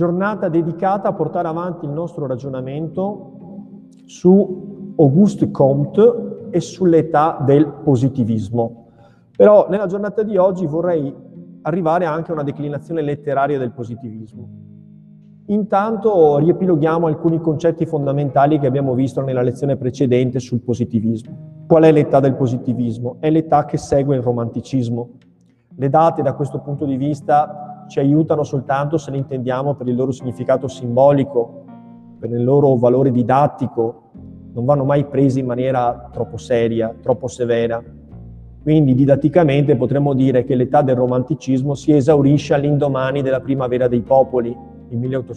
giornata dedicata a portare avanti il nostro ragionamento su Auguste Comte e sull'età del positivismo. Però nella giornata di oggi vorrei arrivare anche a una declinazione letteraria del positivismo. Intanto riepiloghiamo alcuni concetti fondamentali che abbiamo visto nella lezione precedente sul positivismo. Qual è l'età del positivismo? È l'età che segue il romanticismo. Le date da questo punto di vista ci aiutano soltanto se le intendiamo per il loro significato simbolico, per il loro valore didattico, non vanno mai presi in maniera troppo seria, troppo severa. Quindi didatticamente potremmo dire che l'età del romanticismo si esaurisce all'indomani della primavera dei popoli, il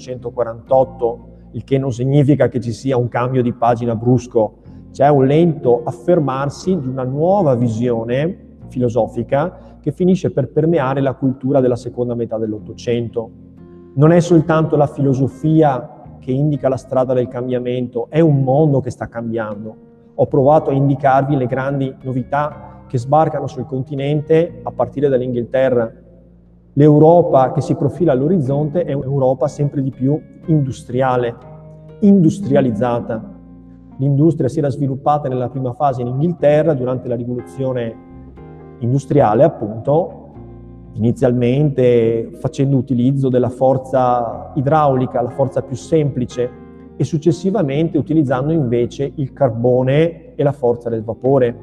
1848, il che non significa che ci sia un cambio di pagina brusco, c'è un lento affermarsi di una nuova visione filosofica che finisce per permeare la cultura della seconda metà dell'Ottocento. Non è soltanto la filosofia che indica la strada del cambiamento, è un mondo che sta cambiando. Ho provato a indicarvi le grandi novità che sbarcano sul continente a partire dall'Inghilterra. L'Europa che si profila all'orizzonte è un'Europa sempre di più industriale, industrializzata. L'industria si era sviluppata nella prima fase in Inghilterra durante la rivoluzione industriale, appunto, inizialmente facendo utilizzo della forza idraulica, la forza più semplice, e successivamente utilizzando invece il carbone e la forza del vapore.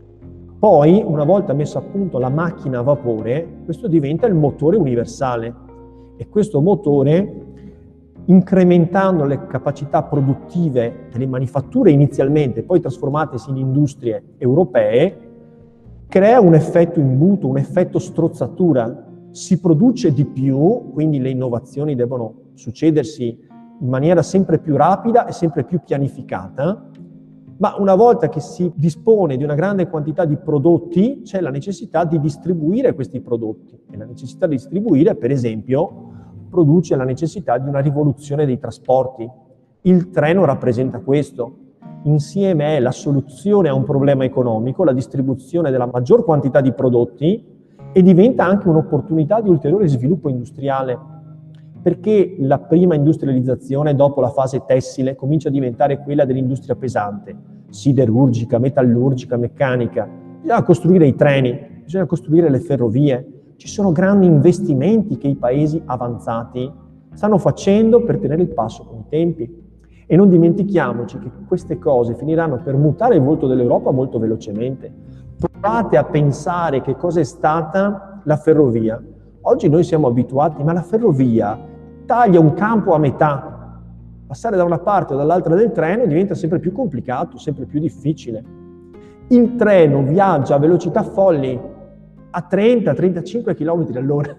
Poi, una volta messa a punto la macchina a vapore, questo diventa il motore universale e questo motore, incrementando le capacità produttive delle manifatture inizialmente, poi trasformatesi in industrie europee, crea un effetto imbuto, un effetto strozzatura. Si produce di più, quindi le innovazioni devono succedersi in maniera sempre più rapida e sempre più pianificata, ma una volta che si dispone di una grande quantità di prodotti, c'è la necessità di distribuire questi prodotti. E la necessità di distribuire, per esempio, produce la necessità di una rivoluzione dei trasporti. Il treno rappresenta questo. Insieme è la soluzione a un problema economico, la distribuzione della maggior quantità di prodotti, e diventa anche un'opportunità di ulteriore sviluppo industriale, perché la prima industrializzazione dopo la fase tessile comincia a diventare quella dell'industria pesante, siderurgica, metallurgica, meccanica. Bisogna costruire i treni, bisogna costruire le ferrovie. Ci sono grandi investimenti che i paesi avanzati stanno facendo per tenere il passo con i tempi. E non dimentichiamoci che queste cose finiranno per mutare il volto dell'Europa molto velocemente. Provate a pensare che cosa è stata la ferrovia. Oggi noi siamo abituati, ma la ferrovia taglia un campo a metà. Passare da una parte o dall'altra del treno diventa sempre più complicato, sempre più difficile. Il treno viaggia a velocità folli, a 30-35 km all'ora.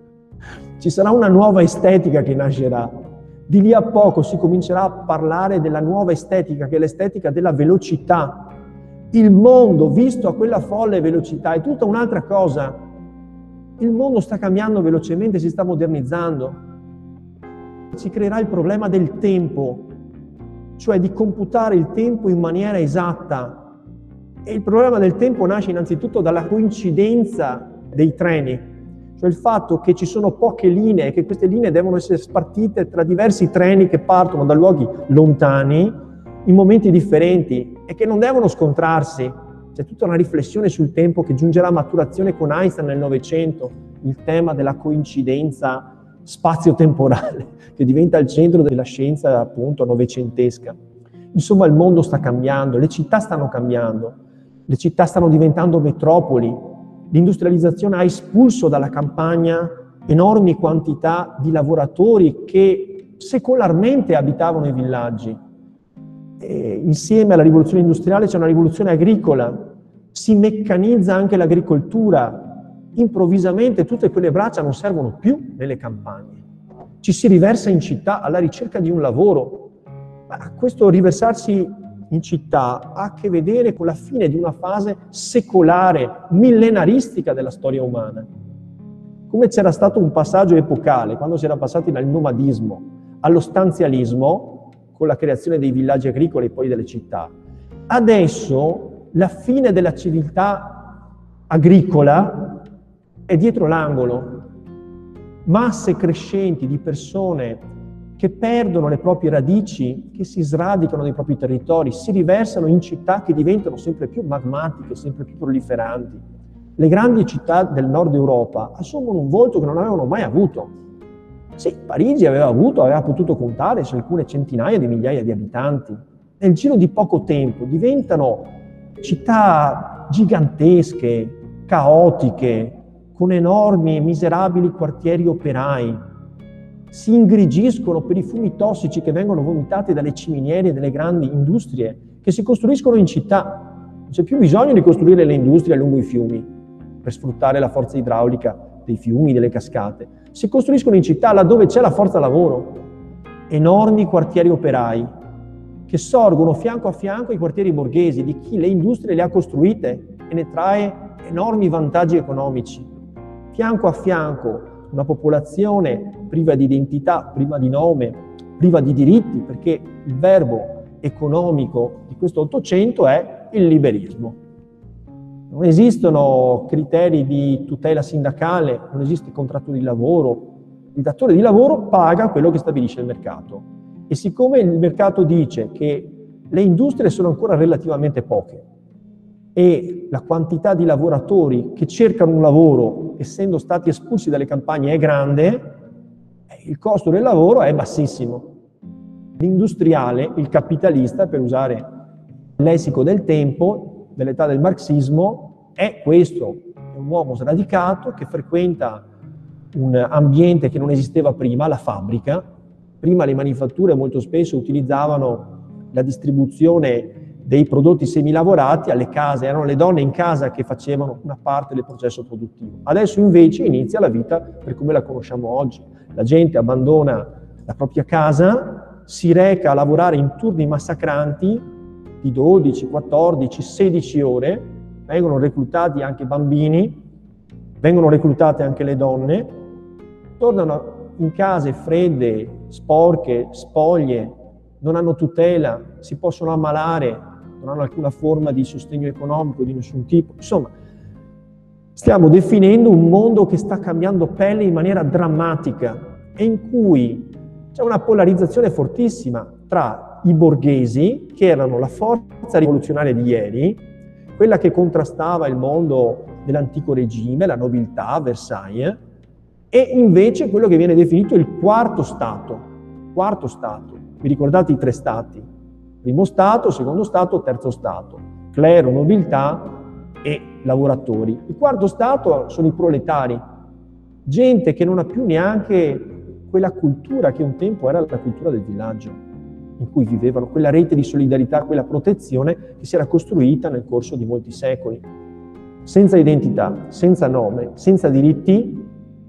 Ci sarà una nuova estetica che nascerà. Di lì a poco si comincerà a parlare della nuova estetica, che è l'estetica della velocità. Il mondo, visto a quella folle velocità, è tutta un'altra cosa. Il mondo sta cambiando velocemente, si sta modernizzando. Si creerà il problema del tempo, cioè di computare il tempo in maniera esatta. E il problema del tempo nasce innanzitutto dalla coincidenza dei treni. Cioè il fatto che ci sono poche linee e che queste linee devono essere spartite tra diversi treni che partono da luoghi lontani in momenti differenti e che non devono scontrarsi. C'è tutta una riflessione sul tempo che giungerà a maturazione con Einstein nel Novecento, il tema della coincidenza spazio-temporale, che diventa il centro della scienza appunto novecentesca. Insomma, il mondo sta cambiando, le città stanno cambiando, le città stanno diventando metropoli. L'industrializzazione ha espulso dalla campagna enormi quantità di lavoratori che secolarmente abitavano i villaggi. E insieme alla rivoluzione industriale c'è una rivoluzione agricola, si meccanizza anche l'agricoltura. Improvvisamente tutte quelle braccia non servono più nelle campagne. Ci si riversa in città alla ricerca di un lavoro. Ma questo riversarsi in città ha a che vedere con la fine di una fase secolare, millenaristica della storia umana. Come c'era stato un passaggio epocale, quando si era passati dal nomadismo allo stanzialismo, con la creazione dei villaggi agricoli e poi delle città, adesso la fine della civiltà agricola è dietro l'angolo. masse crescenti di persone che perdono le proprie radici, che si sradicano dai propri territori, si riversano in città che diventano sempre più magmatiche, sempre più proliferanti. Le grandi città del nord Europa assumono un volto che non avevano mai avuto. Sì, Parigi aveva potuto contare su alcune centinaia di migliaia di abitanti. Nel giro di poco tempo diventano città gigantesche, caotiche, con enormi e miserabili quartieri operai. Si ingrigiscono per i fumi tossici che vengono vomitati dalle ciminiere delle grandi industrie che si costruiscono in città. Non c'è più bisogno di costruire le industrie lungo i fiumi per sfruttare la forza idraulica dei fiumi, delle cascate. Si costruiscono in città laddove c'è la forza lavoro. Enormi quartieri operai che sorgono fianco a fianco ai quartieri borghesi di chi le industrie le ha costruite e ne trae enormi vantaggi economici. Fianco a fianco una popolazione priva di identità, priva di nome, priva di diritti, perché il verbo economico di questo Ottocento è il liberismo. Non esistono criteri di tutela sindacale, non esiste contratto di lavoro. Il datore di lavoro paga quello che stabilisce il mercato. E siccome il mercato dice che le industrie sono ancora relativamente poche e la quantità di lavoratori che cercano un lavoro, essendo stati espulsi dalle campagne, è grande, il costo del lavoro è bassissimo. L'industriale, il capitalista, per usare il lessico del tempo, dell'età del marxismo, è questo, è un uomo sradicato che frequenta un ambiente che non esisteva prima, la fabbrica. Prima le manifatture molto spesso utilizzavano la distribuzione dei prodotti semilavorati alle case, erano le donne in casa che facevano una parte del processo produttivo. Adesso invece inizia la vita per come la conosciamo oggi. La gente abbandona la propria casa, si reca a lavorare in turni massacranti di 12, 14, 16 ore, vengono reclutati anche bambini, vengono reclutate anche le donne, tornano in case fredde, sporche, spoglie, non hanno tutela, si possono ammalare, non hanno alcuna forma di sostegno economico di nessun tipo. Insomma, stiamo definendo un mondo che sta cambiando pelle in maniera drammatica e in cui c'è una polarizzazione fortissima tra i borghesi, che erano la forza rivoluzionaria di ieri, quella che contrastava il mondo dell'antico regime, la nobiltà, Versailles, e invece quello che viene definito il quarto stato. Quarto stato. Vi ricordate i tre stati? Primo stato, secondo stato, terzo stato. Clero, nobiltà e lavoratori. Il quarto stato sono i proletari. Gente che non ha più neanche quella cultura che un tempo era la cultura del villaggio, in cui vivevano, quella rete di solidarietà, quella protezione che si era costruita nel corso di molti secoli. Senza identità, senza nome, senza diritti,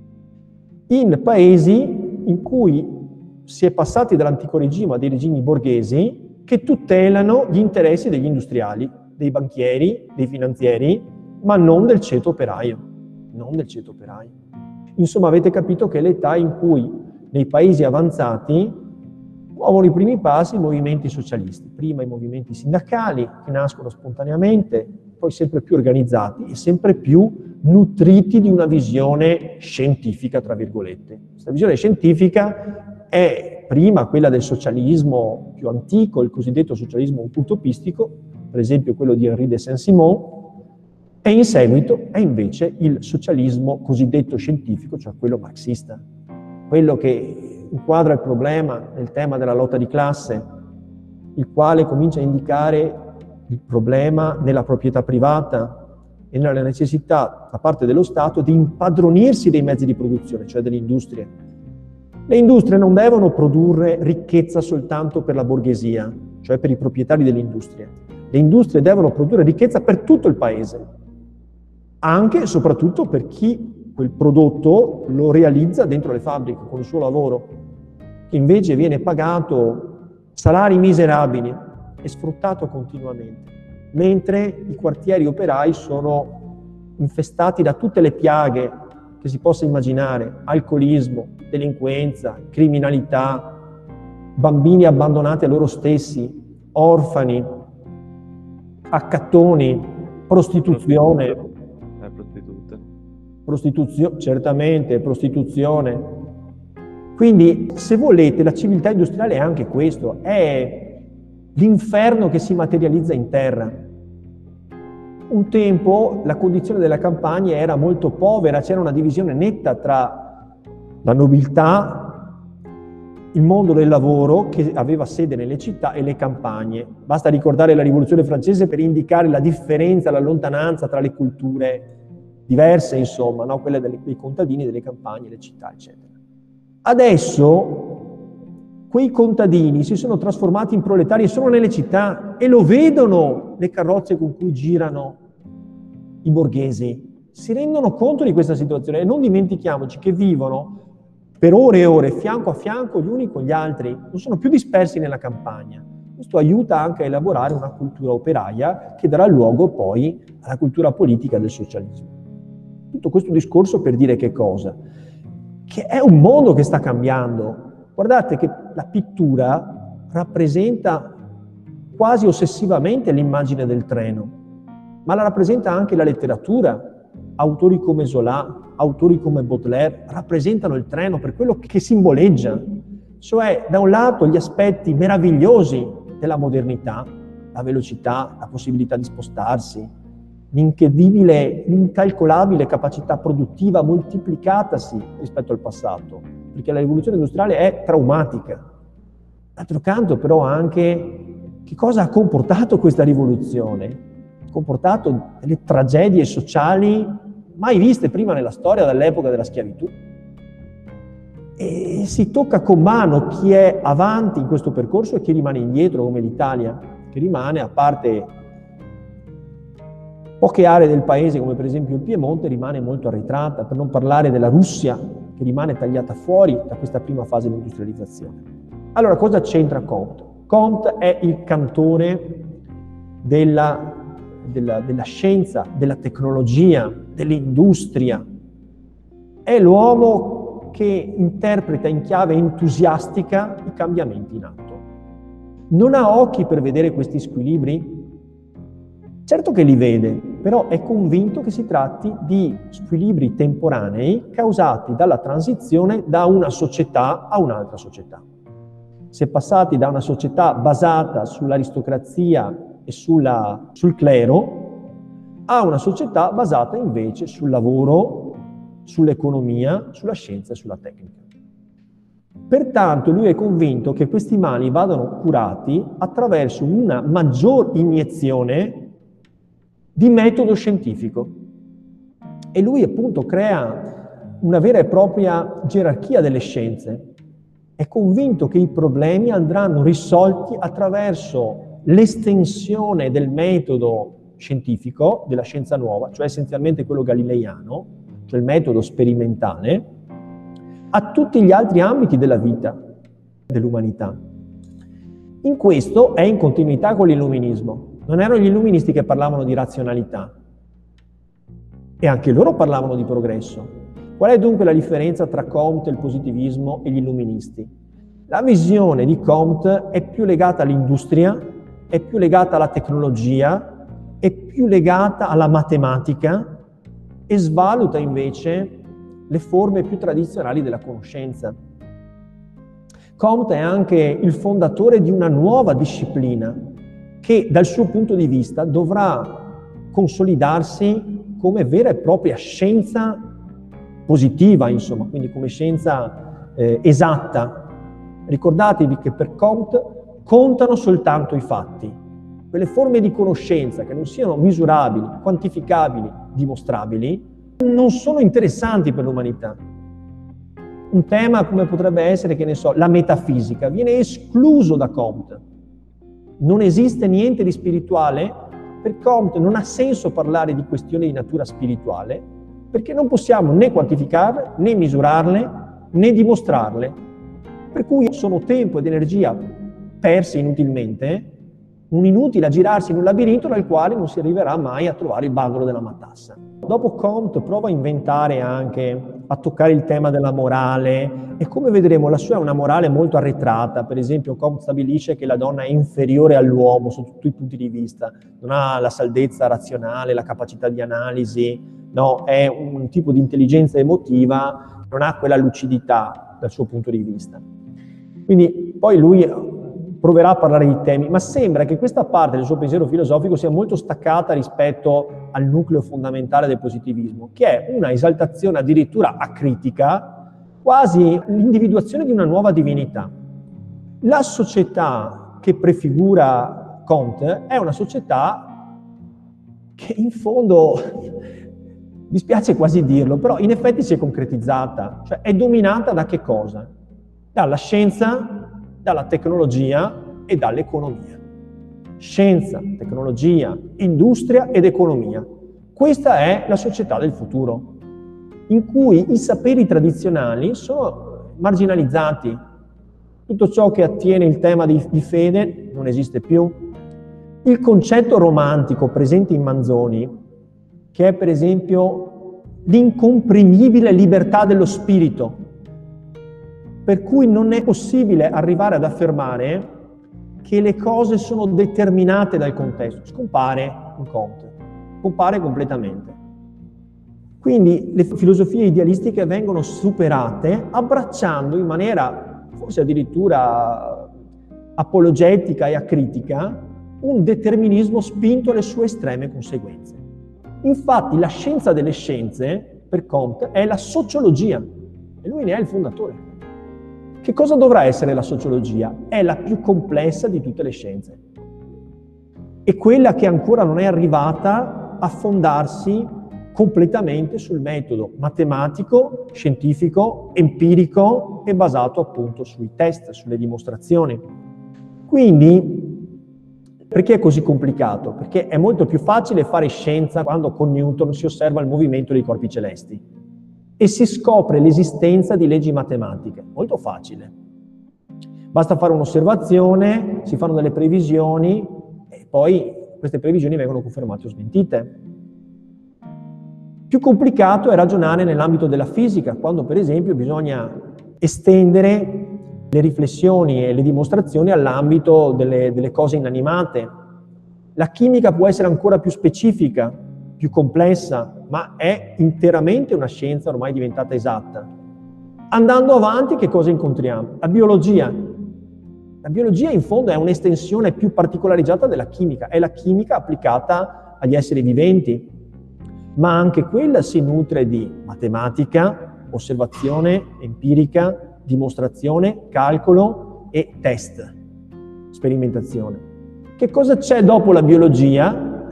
in paesi in cui si è passati dall'antico regime a dei regimi borghesi che tutelano gli interessi degli industriali, dei banchieri, dei finanzieri, ma non del ceto operaio. Non del ceto operaio. Insomma, avete capito che è l'età in cui nei paesi avanzati muovono i primi passi i movimenti socialisti. Prima i movimenti sindacali, che nascono spontaneamente, poi sempre più organizzati e sempre più nutriti di una visione scientifica, tra virgolette. Questa visione scientifica è prima quella del socialismo più antico, il cosiddetto socialismo utopistico, per esempio quello di Henri de Saint-Simon, e in seguito è invece il socialismo cosiddetto scientifico, cioè quello marxista, quello che inquadra il problema nel tema della lotta di classe, il quale comincia a indicare il problema nella proprietà privata e nella necessità da parte dello Stato di impadronirsi dei mezzi di produzione, cioè delle industrie. Le industrie non devono produrre ricchezza soltanto per la borghesia, cioè per i proprietari delle industrie. Le industrie devono produrre ricchezza per tutto il paese, anche e soprattutto per chi quel prodotto lo realizza dentro le fabbriche con il suo lavoro, che invece viene pagato salari miserabili e sfruttato continuamente, mentre i quartieri operai sono infestati da tutte le piaghe che si possa immaginare: alcolismo, delinquenza, criminalità, bambini abbandonati a loro stessi, orfani, accattoni, prostituzione. Certamente, prostituzione. Quindi, se volete, la civiltà industriale è anche questo, è l'inferno che si materializza in terra. Un tempo la condizione della campagna era molto povera, c'era una divisione netta tra la nobiltà, il mondo del lavoro che aveva sede nelle città e le campagne. Basta ricordare la Rivoluzione francese per indicare la differenza, la lontananza tra le culture diverse, insomma, no? Quelle dei contadini, delle campagne, le città, eccetera. Adesso quei contadini si sono trasformati in proletari e sono nelle città e lo vedono le carrozze con cui girano i borghesi. Si rendono conto di questa situazione e non dimentichiamoci che vivono per ore e ore, fianco a fianco, gli uni con gli altri, non sono più dispersi nella campagna. Questo aiuta anche a elaborare una cultura operaia che darà luogo poi alla cultura politica del socialismo. Tutto questo discorso per dire che cosa? Che è un mondo che sta cambiando. Guardate che la pittura rappresenta quasi ossessivamente l'immagine del treno, ma la rappresenta anche la letteratura. Autori come Zola, autori come Baudelaire rappresentano il treno per quello che simboleggia, cioè da un lato gli aspetti meravigliosi della modernità, la velocità, la possibilità di spostarsi, l'incredibile, incalcolabile capacità produttiva moltiplicatasi rispetto al passato, perché la rivoluzione industriale è traumatica. D'altro canto però anche che cosa ha comportato questa rivoluzione? Ha comportato delle tragedie sociali mai viste prima nella storia dall'epoca della schiavitù. E si tocca con mano chi è avanti in questo percorso e chi rimane indietro, come l'Italia, che rimane, a parte poche aree del paese, come per esempio il Piemonte, rimane molto arretrata, per non parlare della Russia, che rimane tagliata fuori da questa prima fase di industrializzazione. Allora, cosa c'entra Comte? Comte è il cantore della scienza, della tecnologia, dell'industria. È l'uomo che interpreta in chiave entusiastica i cambiamenti in atto. Non ha occhi per vedere questi squilibri? Certo che li vede, però è convinto che si tratti di squilibri temporanei causati dalla transizione da una società a un'altra società. Si è passati da una società basata sull'aristocrazia e sul clero a una società basata invece sul lavoro, sull'economia, sulla scienza e sulla tecnica. Pertanto lui è convinto che questi mali vadano curati attraverso una maggior iniezione di metodo scientifico. E lui appunto crea una vera e propria gerarchia delle scienze. È convinto che i problemi andranno risolti attraverso l'estensione del metodo scientifico, della scienza nuova, cioè essenzialmente quello galileiano, cioè il metodo sperimentale, a tutti gli altri ambiti della vita dell'umanità. In questo è in continuità con l'illuminismo. Non erano gli illuministi che parlavano di razionalità, e anche loro parlavano di progresso. Qual è dunque la differenza tra Comte, il positivismo e gli illuministi? La visione di Comte è più legata all'industria, è più legata alla tecnologia, è più legata alla matematica e svaluta invece le forme più tradizionali della conoscenza. Comte è anche il fondatore di una nuova disciplina che dal suo punto di vista dovrà consolidarsi come vera e propria scienza positiva, insomma, quindi come scienza esatta. Ricordatevi che per Comte contano soltanto i fatti. Quelle forme di conoscenza che non siano misurabili, quantificabili, dimostrabili, non sono interessanti per l'umanità. Un tema come potrebbe essere, che ne so, la metafisica, viene escluso da Comte. Non esiste niente di spirituale. Per Comte non ha senso parlare di questioni di natura spirituale, perché non possiamo né quantificarle, né misurarle, né dimostrarle. Per cui sono tempo ed energia persi inutilmente un inutile a girarsi in un labirinto dal quale non si arriverà mai a trovare il bandolo della matassa. Dopo Comte prova a inventare anche, a toccare il tema della morale, e come vedremo la sua è una morale molto arretrata. Per esempio Comte stabilisce che la donna è inferiore all'uomo su tutti i punti di vista, non ha la saldezza razionale, la capacità di analisi, no? È un tipo di intelligenza emotiva, non ha quella lucidità dal suo punto di vista. Quindi poi lui proverà a parlare di temi, ma sembra che questa parte del suo pensiero filosofico sia molto staccata rispetto al nucleo fondamentale del positivismo, che è una esaltazione addirittura acritica, quasi l'individuazione di una nuova divinità. La società che prefigura Comte è una società che in fondo, dispiace quasi dirlo, però in effetti si è concretizzata, cioè è dominata da che cosa? Dalla scienza, dalla tecnologia e dall'economia. Scienza, tecnologia, industria ed economia. Questa è la società del futuro, in cui i saperi tradizionali sono marginalizzati. Tutto ciò che attiene il tema di fede non esiste più. Il concetto romantico presente in Manzoni, che è per esempio l'incomprimibile libertà dello spirito, per cui non è possibile arrivare ad affermare che le cose sono determinate dal contesto, scompare in Comte, compare completamente. Quindi le filosofie idealistiche vengono superate abbracciando in maniera forse addirittura apologetica e acritica un determinismo spinto alle sue estreme conseguenze. Infatti la scienza delle scienze per Comte è la sociologia e lui ne è il fondatore. Che cosa dovrà essere la sociologia? È la più complessa di tutte le scienze. È quella che ancora non è arrivata a fondarsi completamente sul metodo matematico, scientifico, empirico e basato appunto sui test, sulle dimostrazioni. Quindi, perché è così complicato? Perché è molto più facile fare scienza quando con Newton si osserva il movimento dei corpi celesti e si scopre l'esistenza di leggi matematiche. Molto facile. Basta fare un'osservazione, si fanno delle previsioni e poi queste previsioni vengono confermate o smentite. Più complicato è ragionare nell'ambito della fisica, quando per esempio bisogna estendere le riflessioni e le dimostrazioni all'ambito delle cose inanimate. La chimica può essere ancora più specifica, più complessa, ma è interamente una scienza ormai diventata esatta. Andando avanti, che cosa incontriamo? La biologia. La biologia in fondo è un'estensione più particolarizzata della chimica, è la chimica applicata agli esseri viventi, ma anche quella si nutre di matematica, osservazione empirica, dimostrazione, calcolo e test, sperimentazione. Che cosa c'è dopo la biologia?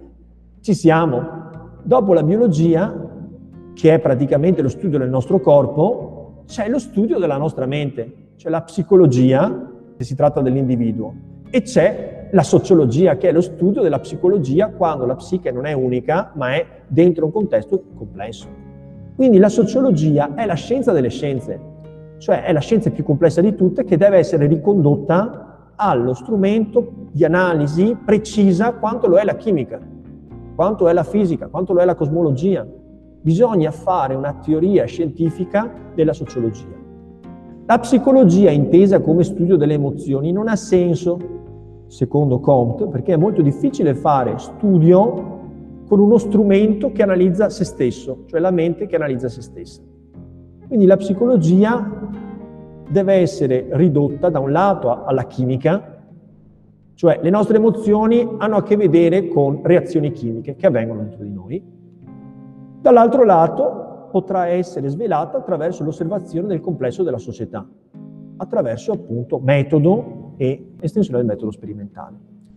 Ci siamo. Dopo la biologia, che è praticamente lo studio del nostro corpo, c'è lo studio della nostra mente, c'è la psicologia, se si tratta dell'individuo, e c'è la sociologia, che è lo studio della psicologia quando la psiche non è unica, ma è dentro un contesto complesso. Quindi la sociologia è la scienza delle scienze, cioè è la scienza più complessa di tutte che deve essere ricondotta allo strumento di analisi precisa quanto lo è la chimica, quanto è la fisica, quanto lo è la cosmologia. Bisogna fare una teoria scientifica della sociologia. La psicologia, intesa come studio delle emozioni, non ha senso, secondo Comte, perché è molto difficile fare studio con uno strumento che analizza se stesso, cioè la mente che analizza se stessa. Quindi la psicologia deve essere ridotta da un lato alla chimica, cioè le nostre emozioni hanno a che vedere con reazioni chimiche che avvengono dentro di noi. Dall'altro lato potrà essere svelata attraverso l'osservazione del complesso della società, attraverso appunto metodo e estensione del metodo sperimentale.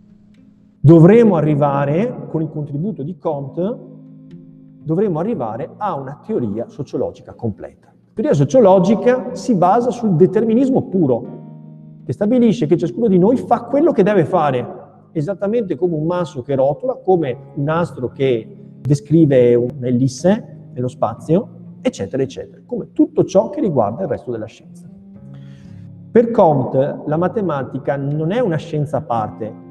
Dovremo arrivare, con il contributo di Comte, dovremo arrivare a una teoria sociologica completa. La teoria sociologica si basa sul determinismo puro, che stabilisce che ciascuno di noi fa quello che deve fare, esattamente come un masso che rotola, come un astro che descrive un'ellisse nello spazio, eccetera, eccetera, come tutto ciò che riguarda il resto della scienza. Per Comte la matematica non è una scienza a parte,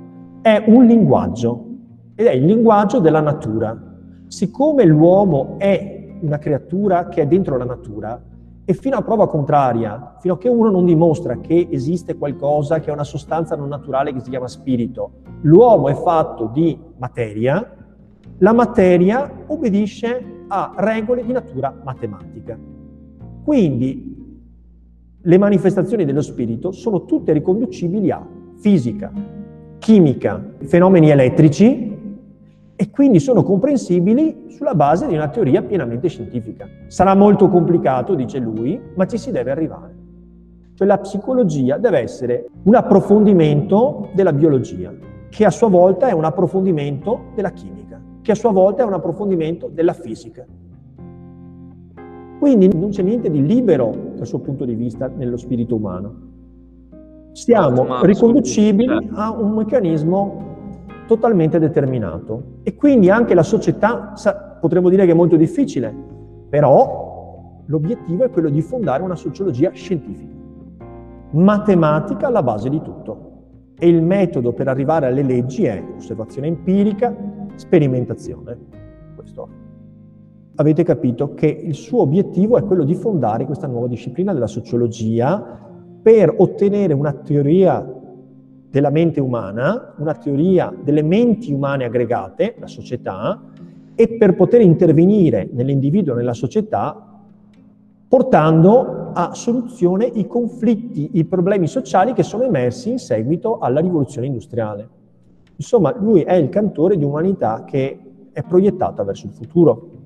è un linguaggio, ed è il linguaggio della natura. Siccome l'uomo è una creatura che è dentro la natura, e fino a prova contraria, fino a che uno non dimostra che esiste qualcosa che è una sostanza non naturale che si chiama spirito, l'uomo è fatto di materia, la materia obbedisce a regole di natura matematica. Quindi le manifestazioni dello spirito sono tutte riconducibili a fisica, chimica, fenomeni elettrici, e quindi sono comprensibili sulla base di una teoria pienamente scientifica. Sarà molto complicato, dice lui, ma ci si deve arrivare. Cioè la psicologia deve essere un approfondimento della biologia, che a sua volta è un approfondimento della chimica, che a sua volta è un approfondimento della fisica. Quindi non c'è niente di libero dal suo punto di vista nello spirito umano. Siamo riconducibili a un meccanismo totalmente determinato. E quindi anche la società, potremmo dire che è molto difficile, però l'obiettivo è quello di fondare una sociologia scientifica, matematica alla base di tutto. E il metodo per arrivare alle leggi è osservazione empirica, sperimentazione. Questo. Avete capito che il suo obiettivo è quello di fondare questa nuova disciplina della sociologia per ottenere una teoria della mente umana, una teoria delle menti umane aggregate, la società, e per poter intervenire nell'individuo e nella società portando a soluzione i conflitti, i problemi sociali che sono emersi in seguito alla rivoluzione industriale. Insomma, lui è il cantore di umanità che è proiettata verso il futuro.